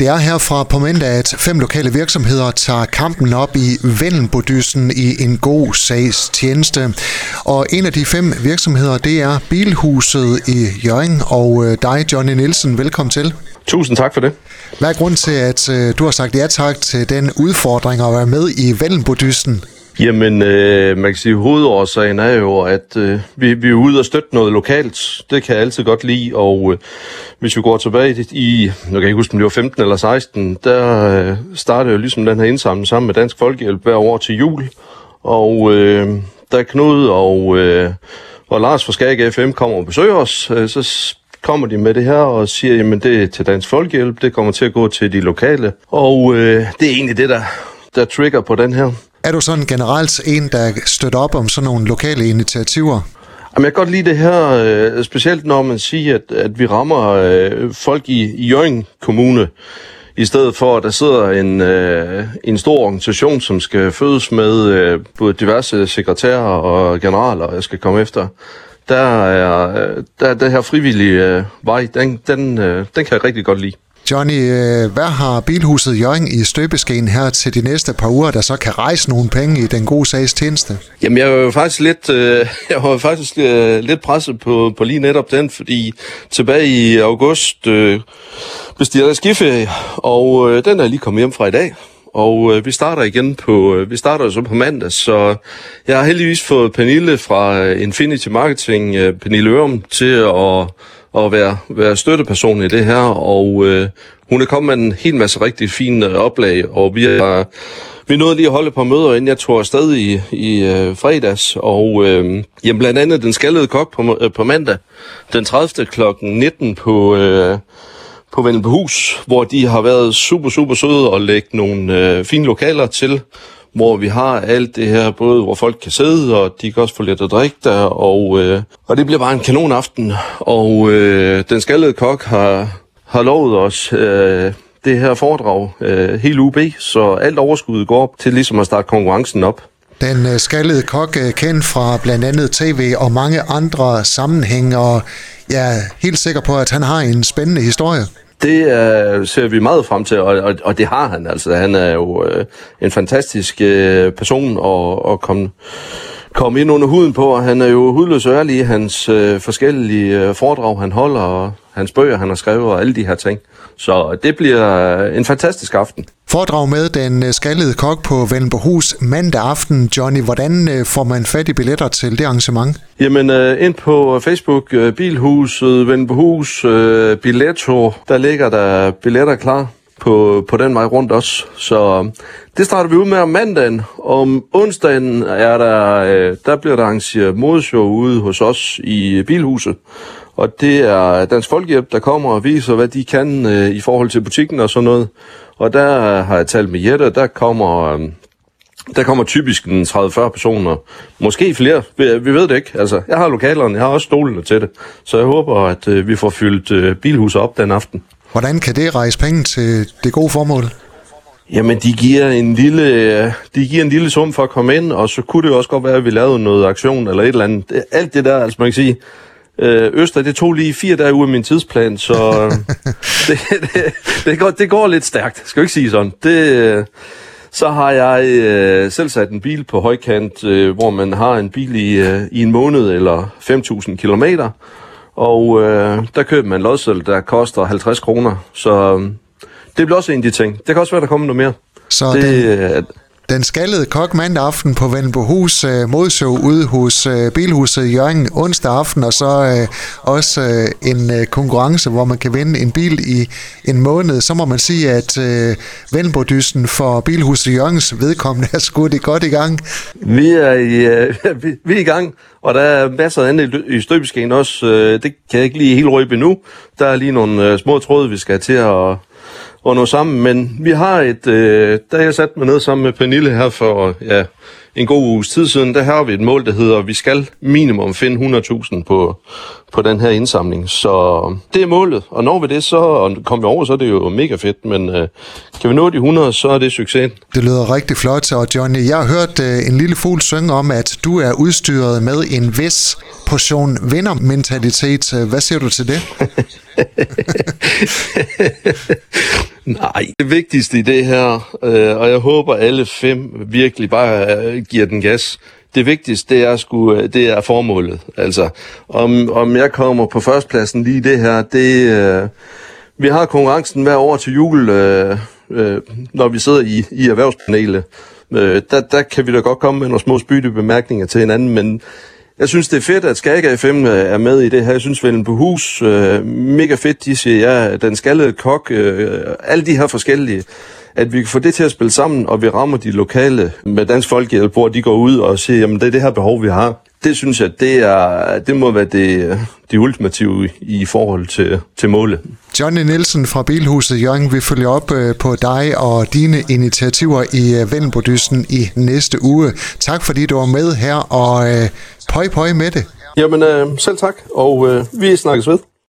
Det er herfra på mandag, at 5 lokale virksomheder tager kampen op i Vendelbodyssen i en god sags tjeneste. Og en af de 5 virksomheder, det er Bilhuset i Hjørring, og dig, Johnny Nielsen, velkommen til. Tusind tak for det. Hvad er grunden til, at du har sagt ja tak til den udfordring at være med i Vendelbodyssen? Jamen, man kan sige, hovedårsagen er jo, at vi er ude og støtte noget lokalt. Det kan jeg altid godt lide, og hvis vi går tilbage i, jeg kan ikke huske, om det var 15 eller 16, der startede jo ligesom den her indsamling sammen med Dansk Folkehjælp hver år til jul. Og da Knud og Lars fra Skag FM kommer og besøger os, så kommer de med det her og siger, jamen det er til Dansk Folkehjælp, det kommer til at gå til de lokale. Og det er egentlig det, der trigger på den her. Er du sådan generelt en, der støtter op om sådan nogle lokale initiativer? Jamen, jeg kan godt lide det her, specielt når man siger, at vi rammer folk i Hjørring Kommune, i stedet for, at der sidder en stor organisation, som skal fødes med både diverse sekretærer og generaler, og jeg skal komme efter. Der er det her frivillige vej, den kan jeg rigtig godt lide. Johnny, hvad har Bilhuset Hjørring i støbeskeen her til de næste par uger, der så kan rejse nogle penge i den gode sags tjeneste? Jamen, jeg var faktisk lidt presset på lige netop den, fordi tilbage i august bestilte jeg skiferie, og den er lige kommet hjem fra i dag. Og vi starter så på mandag, så jeg har heldigvis fået Pernille fra Infinity Marketing, Pernille Ørum, til at være støtteperson i det her, og hun er kommet med en hel masse rigtig fine oplag, og vi nåede lige at holde et par møder, inden jeg tog afsted i fredags, og blandt andet den skaldede kok på mandag, den 30. kl. 19 på Vendelbohus, hvor de har været super, super søde og lægge nogle fine lokaler til, hvor vi har alt det her, både hvor folk kan sidde, og de kan også få lidt at drikke der, og det bliver bare en kanonaften. Og den skaldede kok har lovet os det her foredrag hele UB, så alt overskuddet går op til ligesom at starte konkurrencen op. Den skaldede kok kendt fra blandt andet tv og mange andre sammenhænge, og jeg er helt sikker på, at han har en spændende historie. Det ser vi meget frem til, og det har han. Altså, han er jo en fantastisk person at komme ind under huden på, og han er jo hudløs ærlig i hans forskellige foredrag, han holder, og hans bøger, han har skrevet, og alle de her ting. Så det bliver en fantastisk aften. Foredrag med den skaldede kok på Vendelbohus mandag aften. Johnny, hvordan får man fat i billetter til det arrangement? Jamen, ind på Facebook, Bilhuset, Vendelbohus, Billetto, der ligger der billetter klar på den vej rundt også. Så det starter vi ud med om mandagen. Om onsdagen der bliver der arrangeret modeshow ude hos os i Bilhuset. Og det er Dansk Folkehjælp, der kommer og viser, hvad de kan i forhold til butikken og sådan noget. Og der har jeg talt med Jette, der kommer typisk 30-40 personer. Måske flere, vi ved det ikke. Altså, jeg har lokalerne, jeg har også stolene til det. Så jeg håber, at vi får fyldt Bilhuset op den aften. Hvordan kan det rejse penge til det gode formål? Jamen, de giver en lille sum for at komme ind, og så kunne det også godt være, at vi lavede noget aktion eller et eller andet. Alt det der, altså man kan sige, Øster, det tog lige 4 dage ud af min tidsplan, så det går lidt stærkt, skal jeg ikke sige sådan. Så har jeg selv sat en bil på højkant, hvor man har en bil i en måned eller 5.000 kilometer, og der køber man en lodseddel, der koster 50 kroner, så det bliver også en af de ting. Det kan også være, der kommer noget mere. Så den skaldede kok mandag aften på Vendelbohus, modshow ude hos Bilhuset i Hjørring onsdag aften, og så også en konkurrence, hvor man kan vinde en bil i en måned. Så må man sige, at Vendelbodyssen for Bilhuset i Hjørrings vedkommende er skudt godt i gang. Vi er i gang, og der er masser af andet i støbeskeen også. Det kan jeg ikke lige helt røbe endnu. Der er lige nogle små tråde, vi skal til at nå sammen, men vi har da jeg satte mig ned sammen med Pernille her for en god uges tid siden, der har vi et mål, der hedder, at vi skal minimum finde 100.000 på den her indsamling. Så det er målet, og når vi det, så kommer vi over, så er det jo mega fedt, men kan vi nå de 100, så er det succes. Det lyder rigtig flot, og Johnny, jeg har hørt en lille fugl synge om, at du er udstyret med en vis portion vindermentalitet. Hvad siger du til det? Nej, det vigtigste i det her, og jeg håber alle 5 virkelig bare giver den gas. Det vigtigste, det er formålet. Altså, om jeg kommer på førstepladsen lige det her, vi har konkurrencen hver år til jul, når vi sidder i erhvervspanelet. Der kan vi da godt komme med nogle små spydige bemærkninger til hinanden, men jeg synes, det er fedt, at Skager FM er med i det her. Jeg synes, Vendelbohus, mega fedt, de siger, ja, den skaldede kok, alle de her forskellige, at vi kan få det til at spille sammen, og vi rammer de lokale med Dansk Folkehjælp, hvor de går ud og siger, jamen det er det her behov, vi har. Det synes jeg, det må være det ultimative i forhold til målet. Johnny Nielsen fra Bilhuset Hjørring vil følge op på dig og dine initiativer i Vendelbodysten i næste uge. Tak fordi du var med her, og pøj med det. Jamen selv tak, og vi snakkes ved.